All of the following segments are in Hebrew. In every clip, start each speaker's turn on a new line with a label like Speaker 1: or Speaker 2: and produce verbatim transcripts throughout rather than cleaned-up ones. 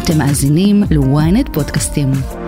Speaker 1: אתם מאזינים ל-ynet פודקאסטים.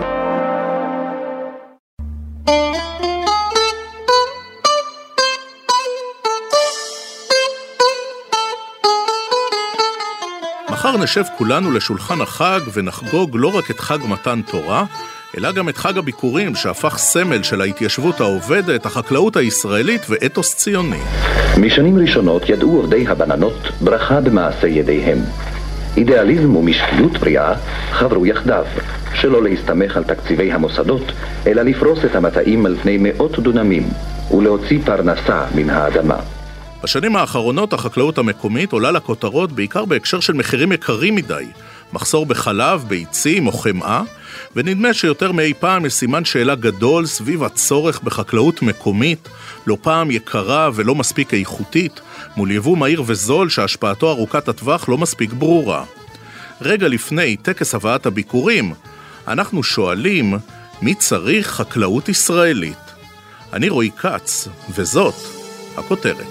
Speaker 2: מחר נשב כולנו לשולחן החג ונחגוג לא רק את חג מתן תורה, אלא גם את חג הביקורים שהפך סמל של ההתיישבות העובדת, החקלאות הישראלית ואתוס ציוני.
Speaker 3: משנים ראשונות ידעו עובדי הבננות ברכה במעשה ידיהם. אידיאליזם ומשקיות בריאה חברו יחדיו, שלא להסתמך על תקציבי המוסדות, אלא לפרוס את המטעים על פני מאות דונמים ולהוציא פרנסה מן האדמה.
Speaker 2: בשנים האחרונות החקלאות המקומית עולה לכותרות בעיקר בהקשר של מחירים יקרים מדי, מחסור בחלב, ביצים או חמאה, ונדמה שיותר מאי פעם יש סימן שאלה גדול סביב הצורך בחקלאות מקומית, לא פעם יקרה ולא מספיק איכותית, מול יבוא מהיר וזול שהשפעתו ארוכת הטווח לא מספיק ברורה. רגע לפני טקס הבאת הביקורים, אנחנו שואלים מי צריך חקלאות ישראלית. אני רועי קץ, וזאת הכותרת.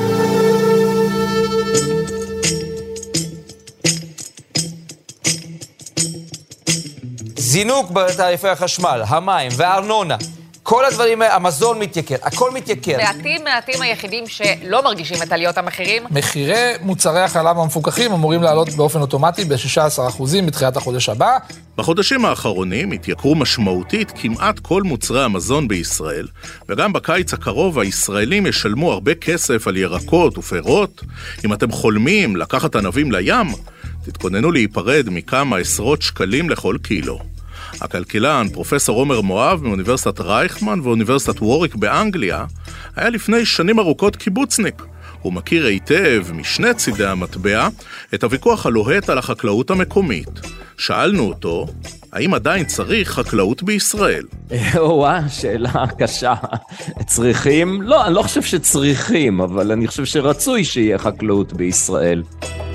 Speaker 4: זינוק בתעריפי החשמל, המים והארנונה, כל הדברים, המזון מתייקר, הכל מתייקר.
Speaker 5: מעטים מעטים היחידים שלא מרגישים את עליות המחירים.
Speaker 6: מחירי מוצרי החלב המפוקחים אמורים לעלות באופן אוטומטי ב-שישה עשר אחוזים בתחילת החודש הבא.
Speaker 2: בחודשים האחרונים התייקרו משמעותית כמעט כל מוצרי המזון בישראל, וגם בקיץ הקרוב הישראלים ישלמו הרבה כסף על ירקות ופירות. אם אתם חולמים לקחת ענבים לים, תתכוננו להיפרד מכמה עשרות שקלים לכל קילו. הכלכלן, פרופסור עומר מואב מאוניברסיטת רייכמן ואוניברסיטת ווריק באנגליה, היה לפני שנים ארוכות קיבוצניק. הוא מכיר היטב משני צידי המטבע את הוויכוח הלוהט על החקלאות המקומית. שאלנו אותו, האם עדיין צריך חקלאות בישראל?
Speaker 7: וואה, שאלה קשה. צריכים? לא, אני לא חושב שצריכים, אבל אני חושב שרצוי שיהיה חקלאות בישראל.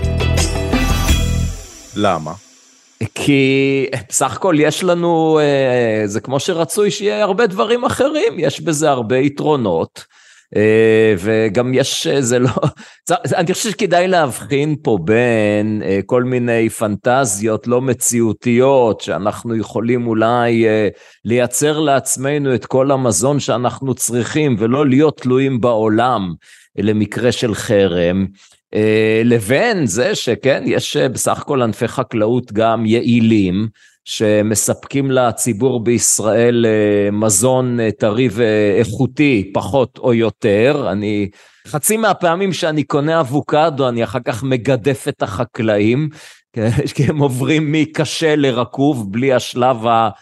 Speaker 2: למה?
Speaker 7: כי בסך הכל יש לנו, זה כמו שרצוי שיהיה הרבה דברים אחרים, יש בזה הרבה יתרונות, וגם יש, זה לא, אני חושב שכדאי להבחין פה בין כל מיני פנטזיות לא מציאותיות, שאנחנו יכולים אולי לייצר לעצמנו את כל המזון שאנחנו צריכים, ולא להיות תלויים בעולם למקרה של חרם, לבין זה שכן, יש בסך הכל ענפי חקלאות גם יעילים, שמספקים לציבור בישראל מזון טרי ואיכותי, פחות או יותר. אני, חצי מהפעמים שאני קונה אבוקדו, אני אחר כך מגדף את החקלאים, כי הם עוברים מקשה לרקוב, בלי השלב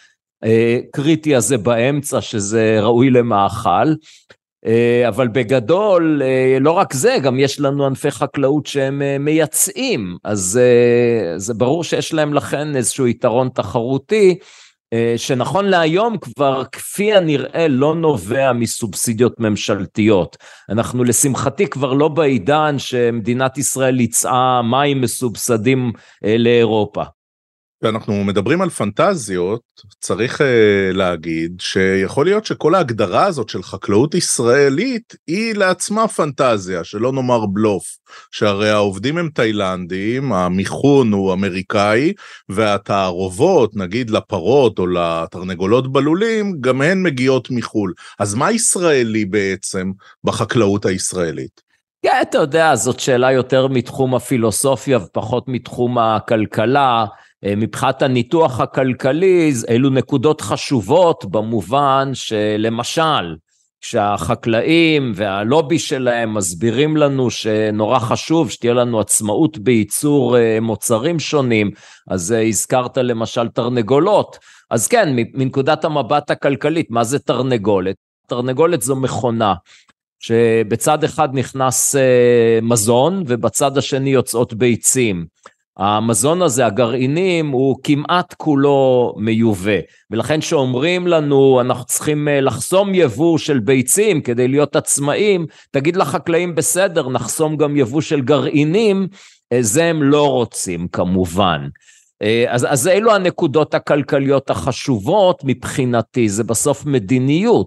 Speaker 7: הקריטי הזה באמצע, שזה ראוי למאכל. אבל בגדול, לא רק זה, גם יש לנו ענפי חקלאות שהם מייצאים, אז זה ברור שיש להם לכן איזשהו יתרון תחרותי, שנכון להיום כבר כפי הנראה לא נובע מסובסידיות ממשלתיות. אנחנו לשמחתי כבר לא בעידן שמדינת ישראל יצאה מים מסובסדים לאירופה.
Speaker 2: ואנחנו מדברים על פנטזיות, צריך uh, להגיד שיכול להיות שכל ההגדרה הזאת של חקלאות ישראלית היא לעצמה פנטזיה, שלא נאמר בלוף, שהרי העובדים הם תאילנדים, המיכון הוא אמריקאי, והתערובות, נגיד לפרות או לתרנגולות בלולים, גם הן מגיעות מחול. אז מה ישראלי בעצם בחקלאות הישראלית?
Speaker 7: כן, אתה יודע, זאת שאלה יותר מתחום הפילוסופיה ופחות מתחום הכלכלה. מבחינת הניתוח הכלכלי, אלו נקודות חשובות במובן שלמשל, כשהחקלאים והלובי שלהם מסבירים לנו שנורא חשוב שתהיה לנו עצמאות בייצור מוצרים שונים, אז הזכרת למשל תרנגולות, אז כן, מנקודת המבט הכלכלית, מה זה תרנגולת? תרנגולת זו מכונה, שבצד אחד נכנס מזון ובצד השני יוצאות ביצים. המזון הזה, הגרעינים, הוא כמעט כולו מיובא, ולכן שאומרים לנו, אנחנו צריכים לחסום יבוא של ביצים כדי להיות עצמאים, תגיד לחקלאים בסדר, נחסום גם יבוא של גרעינים, זה הם לא רוצים כמובן. אז, אז אלו הנקודות הכלכליות החשובות מבחינתי, זה בסוף מדיניות,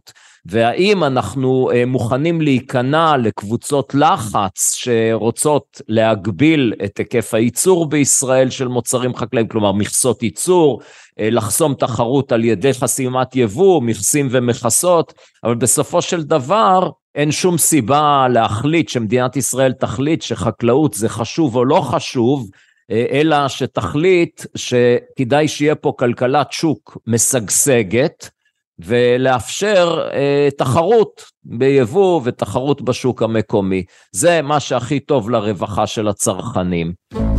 Speaker 7: והאם אנחנו מוכנים להיכנע לקבוצות לחץ שרוצות להגביל את היקף הייצור בישראל של מוצרים חקלאיים, כלומר מכסות ייצור, לחסום תחרות על ידי חסימת יבוא, מכסים ומכסות, אבל בסופו של דבר אין שום סיבה להחליט שמדינת ישראל תחליט שחקלאות זה חשוב או לא חשוב, אלא שתחליט שכדאי שיהיה פה כלכלת שוק משגשגת, ולאפשר אה, תחרות ביבוא ותחרות בשוק המקומי. זה מה שהכי טוב לרווחה של הצרכנים.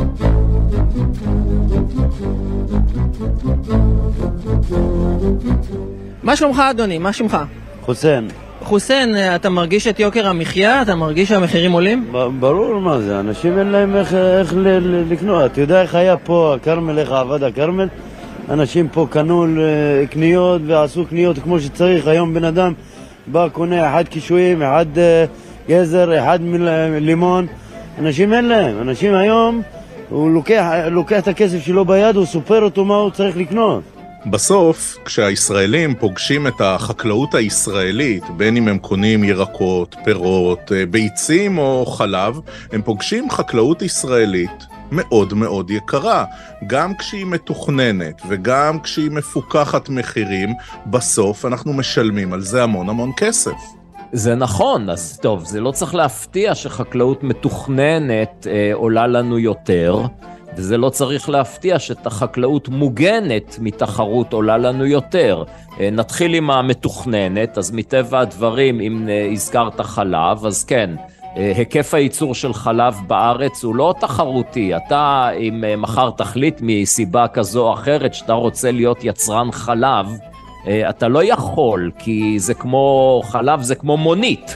Speaker 8: מה שלומך אדוני? מה שמך?
Speaker 9: חוסיין.
Speaker 8: חוסיין, אתה מרגיש את יוקר המחיה? אתה מרגיש שהמחירים עולים?
Speaker 9: ברור מה זה, אנשים אין להם איך, איך לקנות. אתה יודע איך היה פה הקרמל, איך עבד הקרמל? אנשים פה קנו קניות ועשו קניות כמו שצריך. היום בן אדם בא קונה אחד קישואים, אחד גזר, אחד לימון. אנשים אין להם. אנשים היום, הוא לוקח, לוקח את הכסף שלו ביד, הוא סופר אותו מה הוא צריך לקנות.
Speaker 2: בסוף, כשהישראלים פוגשים את החקלאות הישראלית, בין אם הם קונים ירקות, פירות, ביצים או חלב, הם פוגשים חקלאות ישראלית מאוד מאוד יקרה. גם כשהיא מתוכננת וגם כשהיא מפוקחת מחירים, בסוף אנחנו משלמים על זה המון המון כסף.
Speaker 7: זה נכון, אז טוב, זה לא צריך להפתיע שחקלאות מתוכננת אה, עולה לנו יותר, וזה לא צריך להפתיע שאת החקלאות מוגנת מתחרות עולה לנו יותר. נתחיל עם המתוכננת, אז מטבע הדברים, אם הזכרת חלב, אז כן, היקף הייצור של חלב בארץ הוא לא תחרותי. אתה, אם מחר תחליט מסיבה כזו או אחרת שאתה רוצה להיות יצרן חלב, אתה לא יכול, כי זה כמו, חלב זה כמו מונית.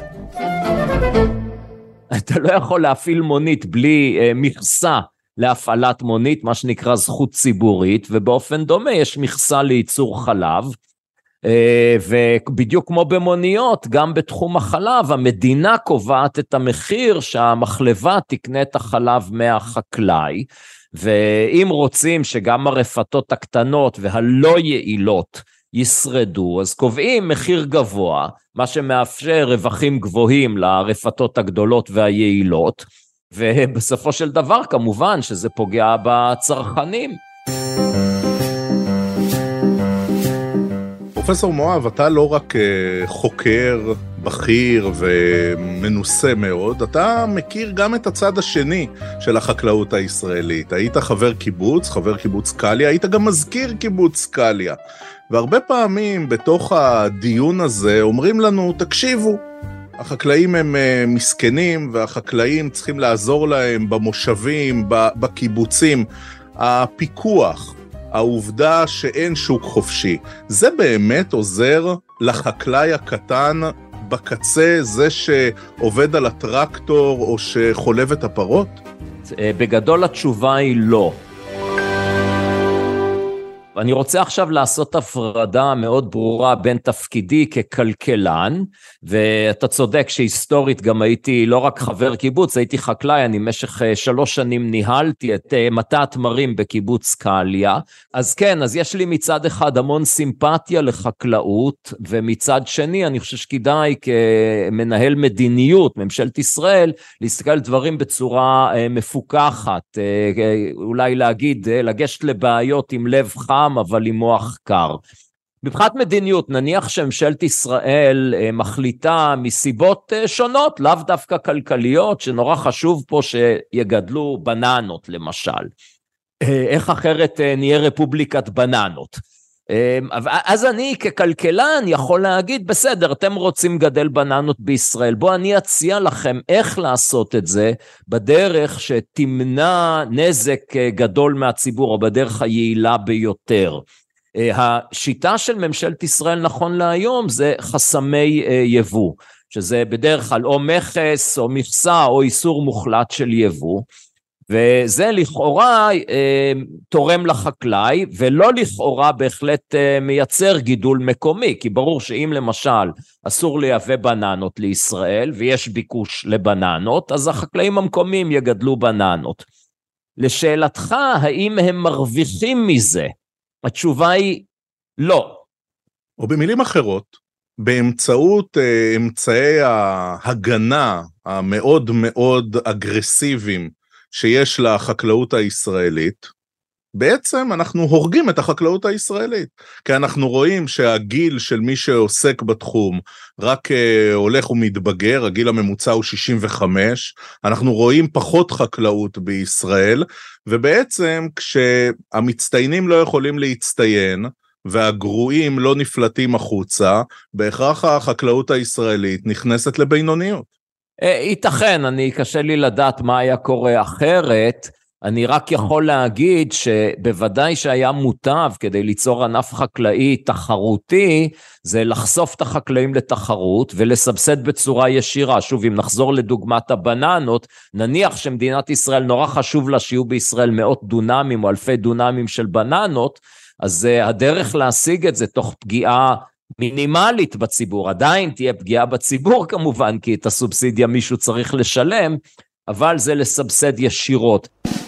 Speaker 7: אתה לא יכול להפעיל מונית בלי מכסה להפעלת מונית, מה שנקרא זכות ציבורית, ובאופן דומה יש מכסה לייצור חלב, ובדיוק כמו במוניות, גם בתחום החלב, המדינה קובעת את המחיר שהמחלבה תקנה את החלב מהחקלאי, ואם רוצים שגם הרפתות הקטנות והלא יעילות ישרדו, אז קובעים מחיר גבוה, מה שמאפשר רווחים גבוהים לרפתות הגדולות והיעילות, ובסופו של דבר כמובן שזה פוגע בצרכנים.
Speaker 2: פרופסור מואב, אתה לא רק חוקר בכיר ומנוסה מאוד, אתה מכיר גם את הצד השני של החקלאות הישראלית. היית חבר קיבוץ, חבר קיבוץ קליה, היית גם מזכיר קיבוץ קליה. והרבה פעמים בתוך הדיון הזה אומרים לנו, תקשיבו, החקלאים הם מסכנים, והחקלאים צריכים לעזור להם במושבים, בקיבוצים. הפיקוח, העובדה שאין שוק חופשי, זה באמת עוזר לחקלאי הקטן בקצה, זה שעובד על הטרקטור או שחולב את הפרות?
Speaker 7: בגדול התשובה היא לא. אני רוצה עכשיו לעשות הפרדה מאוד ברורה בין תפקידי ככלכלן, ואתה צודק שהיסטורית גם הייתי לא רק חבר קיבוץ, הייתי חקלאי, אני במשך שלוש שנים ניהלתי את מטע התמרים בקיבוץ קליה, אז כן, אז יש לי מצד אחד המון סימפתיה לחקלאות, ומצד שני אני חושב שכדאי כמנהל מדיניות, ממשלת ישראל, להסתכל על דברים בצורה מפוקחת, אולי להגיד, לגשת לבעיות עם לב חם, אבל עם מוח קר. מבחינת מדיניות, נניח שממשלת ישראל מחליטה מסיבות שונות, לאו דווקא כלכליות, שנורא חשוב פה שיגדלו בננות למשל. איך אחרת נהיה רפובליקת בננות? אז אני ככלכלן יכול להגיד, בסדר, אתם רוצים גדל בננות בישראל, בוא אני אציע לכם איך לעשות את זה, בדרך שתמנע נזק גדול מהציבור, או בדרך היעילה ביותר. השיטה של ממשלת ישראל נכון להיום, זה חסמי יבוא, שזה בדרך כלל או מכס, או מכסה, או איסור מוחלט של יבוא, וזה לכאורה אה, תורם לחקלאי, ולא לכאורה בהחלט אה, מייצר גידול מקומי, כי ברור שאם למשל אסור לייבא בננות לישראל, ויש ביקוש לבננות, אז החקלאים המקומיים יגדלו בננות. לשאלתך, האם הם מרוויחים מזה? התשובה היא לא.
Speaker 2: או במילים אחרות, באמצעות אה, אמצעי ההגנה המאוד מאוד אגרסיביים שיש לחקלאות הישראלית, בעצם אנחנו הורגים את החקלאות הישראלית, כי אנחנו רואים שהגיל של מי שעוסק בתחום רק uh, הולך ומתבגר, הגיל הממוצע הוא שישים וחמש, אנחנו רואים פחות חקלאות בישראל, ובעצם כשהמצטיינים לא יכולים להצטיין, והגרועים לא נפלטים החוצה, בהכרח החקלאות הישראלית נכנסת לבינוניות.
Speaker 7: ייתכן, אני קשה לי לדעת מה היה קורה אחרת, אני רק יכול להגיד שבוודאי שהיה מוטב כדי ליצור ענף חקלאי תחרותי, זה לחשוף את החקלאים לתחרות ולסבסד בצורה ישירה. שוב, אם נחזור לדוגמת הבננות, נניח שמדינת ישראל נורא חשוב לה שיהיו בישראל מאות דונמים או אלפי דונמים של בננות, אז הדרך להשיג את זה תוך פגיעה מינימלית בציבור, עדיין תהיה פגיעה בציבור כמובן, כי את הסובסידיה מישהו צריך לשלם, אבל זה לסבסד ישירות.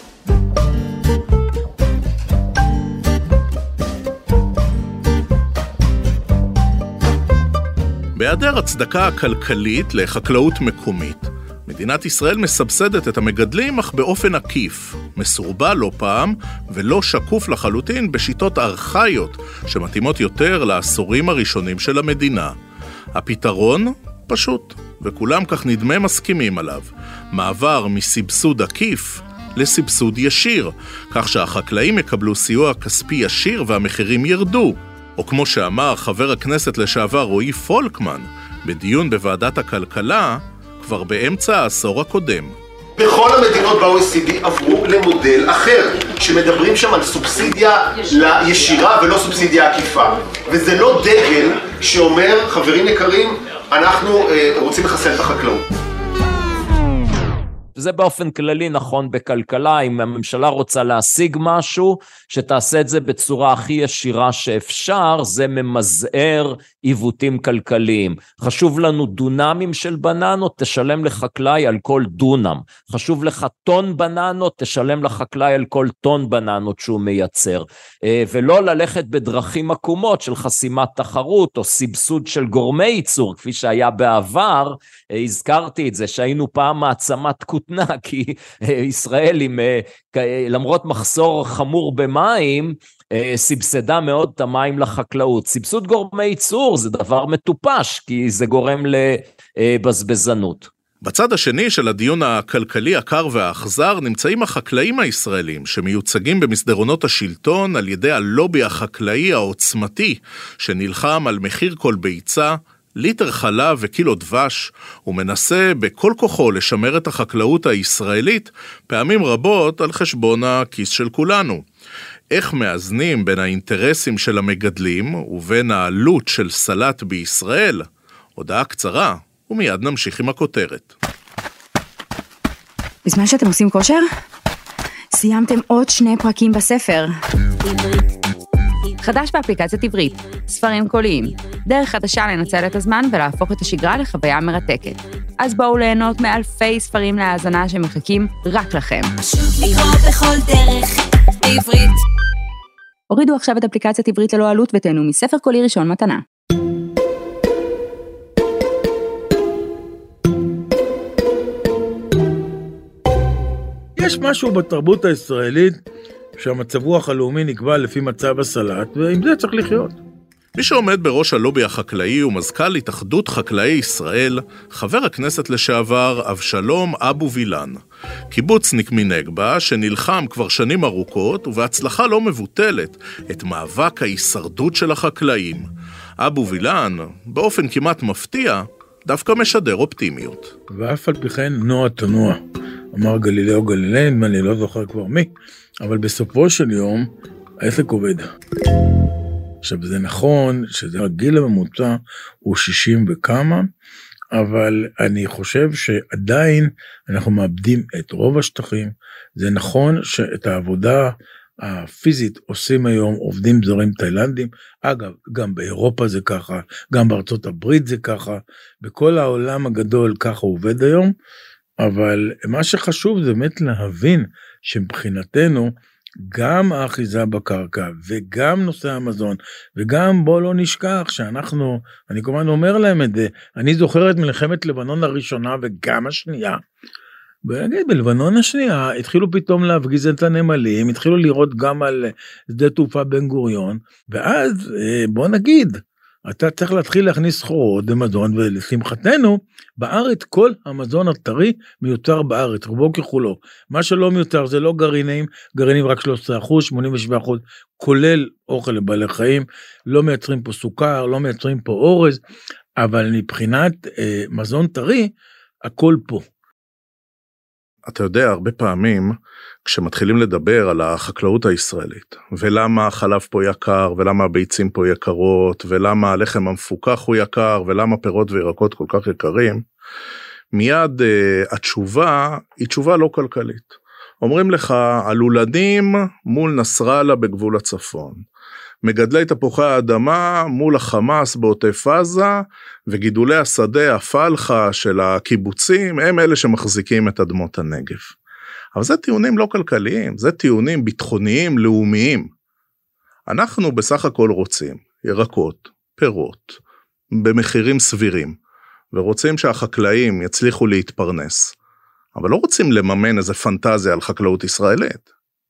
Speaker 2: בהיעדר הצדקה הכלכלית לחקלאות מקומית, מדינת ישראל מסבסדת את המגדלים אך באופן עקיף, מסורבל לא פעם ולא שקוף לחלוטין בשיטות ארכאיות שמתאימות יותר לעשורים הראשונים של המדינה. הפתרון פשוט, וכולם כך נדמה מסכימים עליו, מעבר מסבסוד עקיף לסבסוד ישיר, כך שהחקלאים יקבלו סיוע כספי ישיר והמחירים ירדו. או כמו שאמר חבר הכנסת לשעבר רועי פולקמן, בדיון בוועדת הכלכלה, כבר באמצע העשור הקודם.
Speaker 10: בכל המדינות ב-או אי סי די עברו למודל אחר, שמדברים שם על סובסידיה לישירה ולא סובסידיה עקיפה. וזה לא דגל שאומר, חברים יקרים, אנחנו אה, רוצים לחסל את החקלאות.
Speaker 7: זה באופן כללי נכון בכלכלה, אם הממשלה רוצה להשיג משהו, שתעשה את זה בצורה הכי ישירה שאפשר, זה ממזער עיוותים כלכליים. חשוב לנו דונמים של בננות, תשלם לחקלאי על כל דונם. חשוב לך טון בננות, תשלם לחקלאי על כל טון בננות שהוא מייצר. ולא ללכת בדרכים עקומות של חסימת תחרות, או סבסוד של גורמי ייצור, כפי שהיה בעבר. הזכרתי את זה, שהיינו פעם מעצמת כותנה, כי ישראל עם, למרות מחסור חמור במים, סבסדה מאוד את המים לחקלאות. סבסוד גורמי ייצור זה דבר מטופש, כי זה גורם לבזבזנות.
Speaker 2: בצד השני של הדיון הכלכלי הקר והאכזר נמצאים החקלאים הישראלים שמיוצגים במסדרונות השלטון על ידי הלובי החקלאי העוצמתי שנלחם על מחיר כל ביצה, ליטר חלב וקילו דבש, ומנסה בכל כוחו לשמר את החקלאות הישראלית, פעמים רבות על חשבון הכיס של כולנו. איך מאזנים בין האינטרסים של המגדלים ובין העלות של סלט בישראל? הודעה קצרה, ומיד נמשיך עם הכותרת.
Speaker 1: בזמן שאתם עושים כושר, סיימתם עוד שני פרקים בספר. חדש באפליקציית עברית, ספרים קוליים, דרך חדשה לנצל את הזמן ולהפוך את השגרה לחוויה מרתקת. אז בואו ליהנות מאלפי ספרים להאזנה שמחכים רק לכם. פשוט לקרוא בכל דרך, בעברית. הורידו עכשיו את אפליקציית עברית ללא עלות ותהנו מספר קולי ראשון מתנה.
Speaker 11: יש משהו בתרבות הישראלית שהמצב רוח הלאומי נקבע לפי מצב הסלט, ועם זה צריך לחיות.
Speaker 2: מי שעומד בראש הלובי החקלאי הוא מזכ"ל התאחדות חקלאי ישראל, חבר הכנסת לשעבר אבשלום אבו וילן. קיבוצניק מנגבה שנלחם כבר שנים ארוכות ובהצלחה לא מבוטלת את מאבק ההישרדות של החקלאים. אבו וילן, באופן כמעט מפתיע, דווקא משדר אופטימיות.
Speaker 11: ואף על פי כן נוע תנוע, אמר גלילאו גלילי, אני לא זוכר כבר מי, אבל בסופו של יום העסק עובד. עכשיו זה נכון שזה הגיל הממוצע הוא שישים וכמה, אבל אני חושב שעדיין אנחנו מאבדים את רוב השטחים. זה נכון שאת העבודה הפיזית עושים היום עובדים זרים תאילנדים, אגב גם באירופה זה ככה, גם בארצות הברית זה ככה, בכל העולם הגדול ככה עובד היום, אבל מה שחשוב זה באמת להבין שמבחינתנו גם האחיזה בקרקע, וגם נושא המזון, וגם בוא לא נשכח שאנחנו, אני כמובן אומר להם את זה, אני זוכר את מלחמת לבנון הראשונה וגם השנייה, ונגיד, בלבנון השנייה התחילו פתאום להפגיז את הנמלים, התחילו לראות גם על שדה תעופה בן גוריון, ואז בוא נגיד, אתה צריך להתחיל להכניס סחורות במזון, ולשמחתנו, בארץ כל המזון הטרי מיוצר בארץ, רובו ככולו. מה שלא מיוצר זה לא גרעינים, גרעינים רק שלושה עשר אחוז, שמונים ושבעה אחוז, כולל אוכל לבעלי חיים, לא מייצרים פה סוכר, לא מייצרים פה אורז, אבל מבחינת אה, מזון טרי, הכל פה.
Speaker 2: אתה יודע, הרבה פעמים, כשמתחילים לדבר על החקלאות הישראלית, ולמה החלב פה יקר, ולמה הביצים פה יקרות, ולמה הלחם המפוקח הוא יקר, ולמה פירות וירקות כל כך יקרים, מיד uh, התשובה היא תשובה לא כלכלית. אומרים לך, הלולנים מול נסראללה בגבול הצפון, מגדלי תפוחי האדמה מול החמאס בעוטף עזה, וגידולי השדה, הפלחה של הקיבוצים, הם אלה שמחזיקים את אדמות הנגב. אבל זה טיעונים לא כלכליים, זה טיעונים ביטחוניים, לאומיים. אנחנו בסך הכל רוצים ירקות, פירות, במחירים סבירים, ורוצים שהחקלאים יצליחו להתפרנס, אבל לא רוצים לממן איזה פנטזיה על חקלאות ישראלית.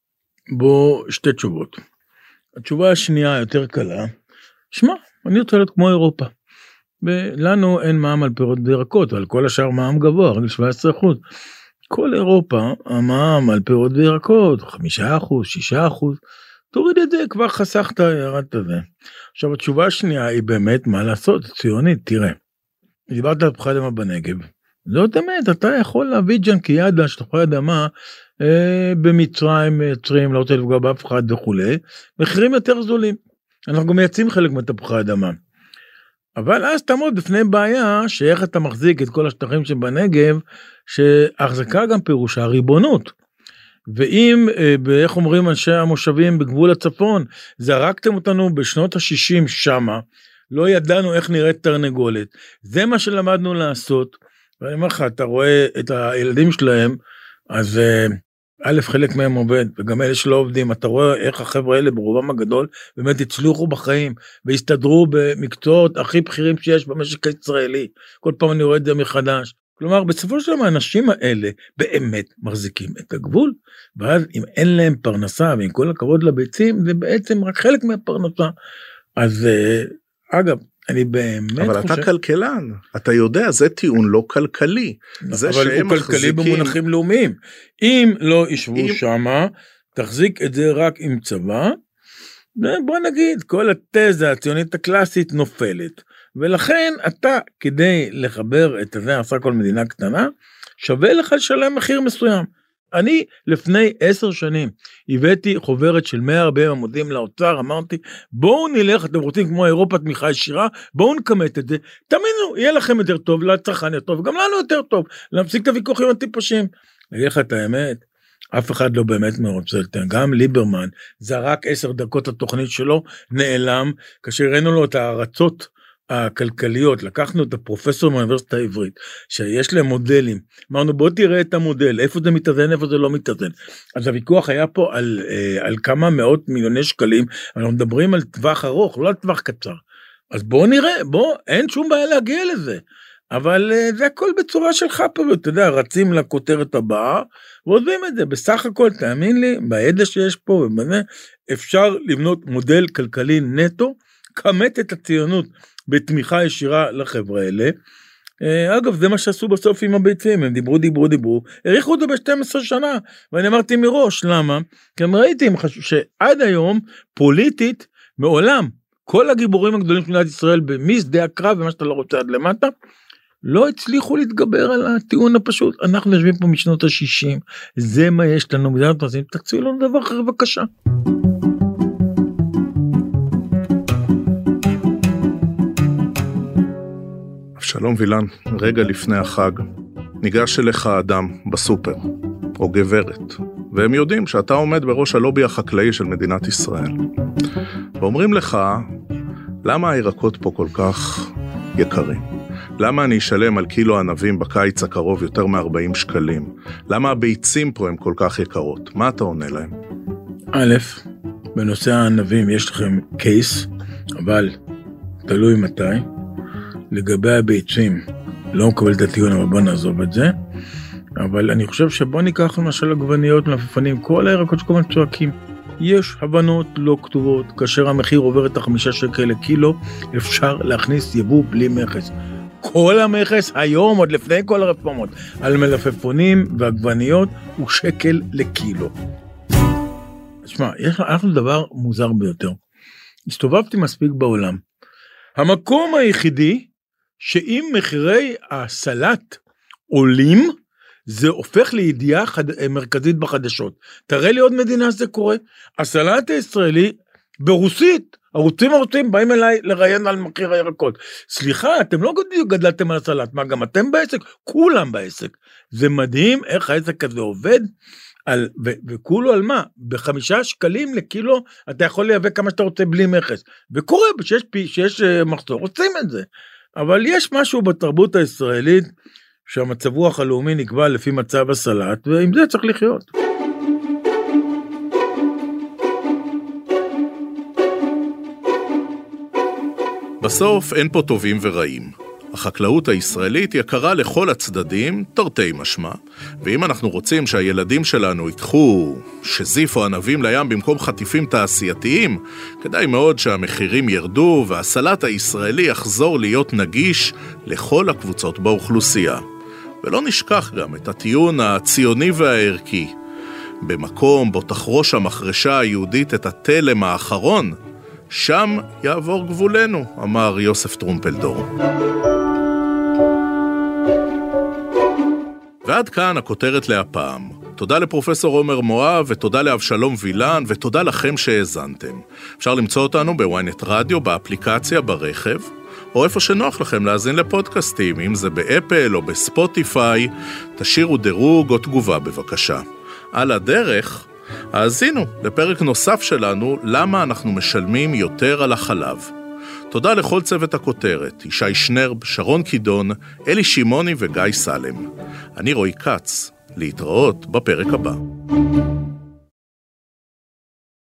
Speaker 11: בוא, שתי תשובות. התשובה השנייה יותר קלה, שמע, אני רוצה להיות כמו אירופה. ולנו אין מע"מ על פירות וירקות, ועל כל השאר מע"מ גבוה, רק שבע עשרה אחוז. כל אירופה, המע"מ על פירות וירקות, חמישה אחוז, שישה אחוז, תוריד את זה, כבר חסכת, ירדת זה. עכשיו, התשובה השנייה היא באמת מה לעשות, ציונית, תראה. דיברת על תפוחי אדמה בנגב, זאת אמת, אתה יכול להביא ג'נקיאדה של תפוחי אדמה, אה, במצרים מייצרים, לא רוצה לפגוע באף אחד וכולי, מחירים יותר זולים. אנחנו גם מייצאים חלק מתפוחי אדמה. אבל אז תעמוד בפני בעיה, שאיך אתה מחזיק את כל השטחים שבנגב, שהחזקה גם פירושה ריבונות. ואם, איך אומרים אנשי המושבים בגבול הצפון, זרקתם אותנו בשנות ה-שישים שמה, לא ידענו איך נראית תרנגולת. זה מה שלמדנו לעשות, ואני אומר לך, אתה רואה את הילדים שלהם, אז א', חלק מהם עובד, וגם אלה שלא עובדים, אתה רואה איך החבר'ה האלה ברובם הגדול, באמת הצליחו בחיים, והסתדרו במקצועות הכי בכירים שיש במשק הישראלי. כל פעם אני רואה את זה מחדש. כלומר, בסופו של דבר, האנשים האלה באמת מחזיקים את הגבול, ואז אם אין להם פרנסה, ועם כל הכבוד לביצים, זה בעצם רק חלק מהפרנסה. אז אגב, אני באמת
Speaker 2: אבל
Speaker 11: חושב...
Speaker 2: אתה כלכלן, אתה יודע, זה טיעון לא כלכלי. זה
Speaker 11: אבל הוא כלכלי
Speaker 2: מחזיקים...
Speaker 11: במונחים לאומיים. אם לא ישבו אם... שמה, תחזיק את זה רק עם צבא, בוא נגיד, כל התזה הציונית הקלאסית נופלת. ולכן אתה, כדי לחבר את זה, עשה כל מדינה קטנה, שווה לך לשלם מחיר מסוים. אני לפני עשר שנים הבאתי חוברת של מאה וארבעים עמודים לאוצר, אמרתי, בואו נלך, אתם רוצים כמו אירופה תמיכה ישירה, בואו נקמת את זה, תאמינו, יהיה לכם יותר טוב, לצרכן יותר טוב, גם לנו יותר טוב, להפסיק את הוויכוחים הטיפשים. אגיד לך את האמת, אף אחד לא באמת מרוצה, גם ליברמן זרק עשר דקות התוכנית שלו, נעלם, כאשר ראינו לו את הארצות, הכלכליות, לקחנו את הפרופסור מהאוניברסיטה העברית, שיש להם מודלים, אמרנו בוא תראה את המודל, איפה זה מתאזן, איפה זה לא מתאזן, אז הוויכוח היה פה על, על כמה מאות מיליוני שקלים, אנחנו מדברים על טווח ארוך, לא על טווח קצר, אז בוא נראה, בוא, אין שום בעיה להגיע לזה, אבל זה הכל בצורה של חפרות, אתה יודע, רצים לכותרת הבאה, ועוזבים את זה, בסך הכל, תאמין לי, בידע שיש פה, ובנה, אפשר לבנות מודל כלכלי נטו, כמת את הציונות, בתמיכה ישירה לחברה האלה. אגב, זה מה שעשו בסוף עם הביצים, הם דיברו, דיברו, דיברו, העריכו אותו ב-שתים עשרה שנה, ואני אמרתי מראש, למה? כי הם ראיתי שעד היום, פוליטית, מעולם, כל הגיבורים הגדולים של מדינת ישראל, משדה הקרב, ומה שאתה לא רוצה עד למטה, לא הצליחו להתגבר על הטיעון הפשוט, אנחנו יושבים פה משנות ה-שישים, זה מה יש לנו, מדינת פרסים, תקציבו לנו דבר אחר בבקשה.
Speaker 2: שלום וילן, רגע לפני החג, ניגש אליך אדם בסופר, או גברת, והם יודעים שאתה עומד בראש הלובי החקלאי של מדינת ישראל. ואומרים לך, למה הירקות פה כל כך יקרים? למה אני אשלם על קילו ענבים בקיץ הקרוב יותר מ-ארבעים שקלים? למה הביצים פה הם כל כך יקרות? מה אתה עונה להם?
Speaker 11: א', בנושא הענבים יש לכם קייס, אבל תלוי מתי. לגבי הביצים, לא מקבל את הטיעון, אבל בוא נעזוב את זה. אבל אני חושב שבוא ניקח למשל עגבניות, מלפפונים, כל הירקות שכל הזמן צועקים. יש הבנות לא כתובות, כאשר המחיר עובר את החמישה שקל לקילו, אפשר להכניס יבוא בלי מכס. כל המכס היום, עוד לפני כל הרפורמות, על מלפפונים ועגבניות, הוא שקל לקילו. תשמע, יש לנו דבר מוזר ביותר. הסתובבתי מספיק בעולם. המקום היחידי שאם מחירי הסלט עולים, זה הופך לידיעה חד... מרכזית בחדשות. תראה לי עוד מדינה שזה קורה. הסלט הישראלי ברוסית, ערוצים ערוצים באים אליי לראיין על מחיר הירקות. סליחה, אתם לא גדלתם על הסלט, מה גם אתם בעסק? כולם בעסק. זה מדהים איך העסק הזה עובד, על, ו, וכולו על מה? בחמישה שקלים לקילו אתה יכול לייבא כמה שאתה רוצה בלי מכס. וקורה שיש, שיש מחסור, רוצים את זה. אבל יש משהו בתרבות הישראלית, שהמצב רוח הלאומי נקבע לפי מצב הסלט, ועם זה צריך לחיות.
Speaker 2: בסוף אין פה טובים ורעים. החקלאות הישראלית יקרה לכל הצדדים, תרתי משמע, ואם אנחנו רוצים שהילדים שלנו יתחו שזיף או ענבים לים במקום חטיפים תעשייתיים, כדאי מאוד שהמחירים ירדו והסלט הישראלי יחזור להיות נגיש לכל הקבוצות באוכלוסייה. ולא נשכח גם את הטיעון הציוני והערכי. במקום בו תחרוש המחרשה היהודית את התלם האחרון, שם יעבור גבולנו, אמר יוסף טרומפלדור. ועד כאן הכותרת להפעם. תודה לפרופסור עומר מואב, ותודה לאבשלום וילן, ותודה לכם שהאזנתם. אפשר למצוא אותנו בוויינט רדיו, באפליקציה, ברכב, או איפה שנוח לכם להאזין לפודקאסטים, אם זה באפל או בספוטיפיי. תשאירו דירוג או תגובה בבקשה. על הדרך, האזינו לפרק נוסף שלנו, למה אנחנו משלמים יותר על החלב. תודה לכל צוות הכותרת, ישי שנרב, שרון קידון, אלי שימוני וגיא סלם. אני רועי קץ, להתראות בפרק הבא.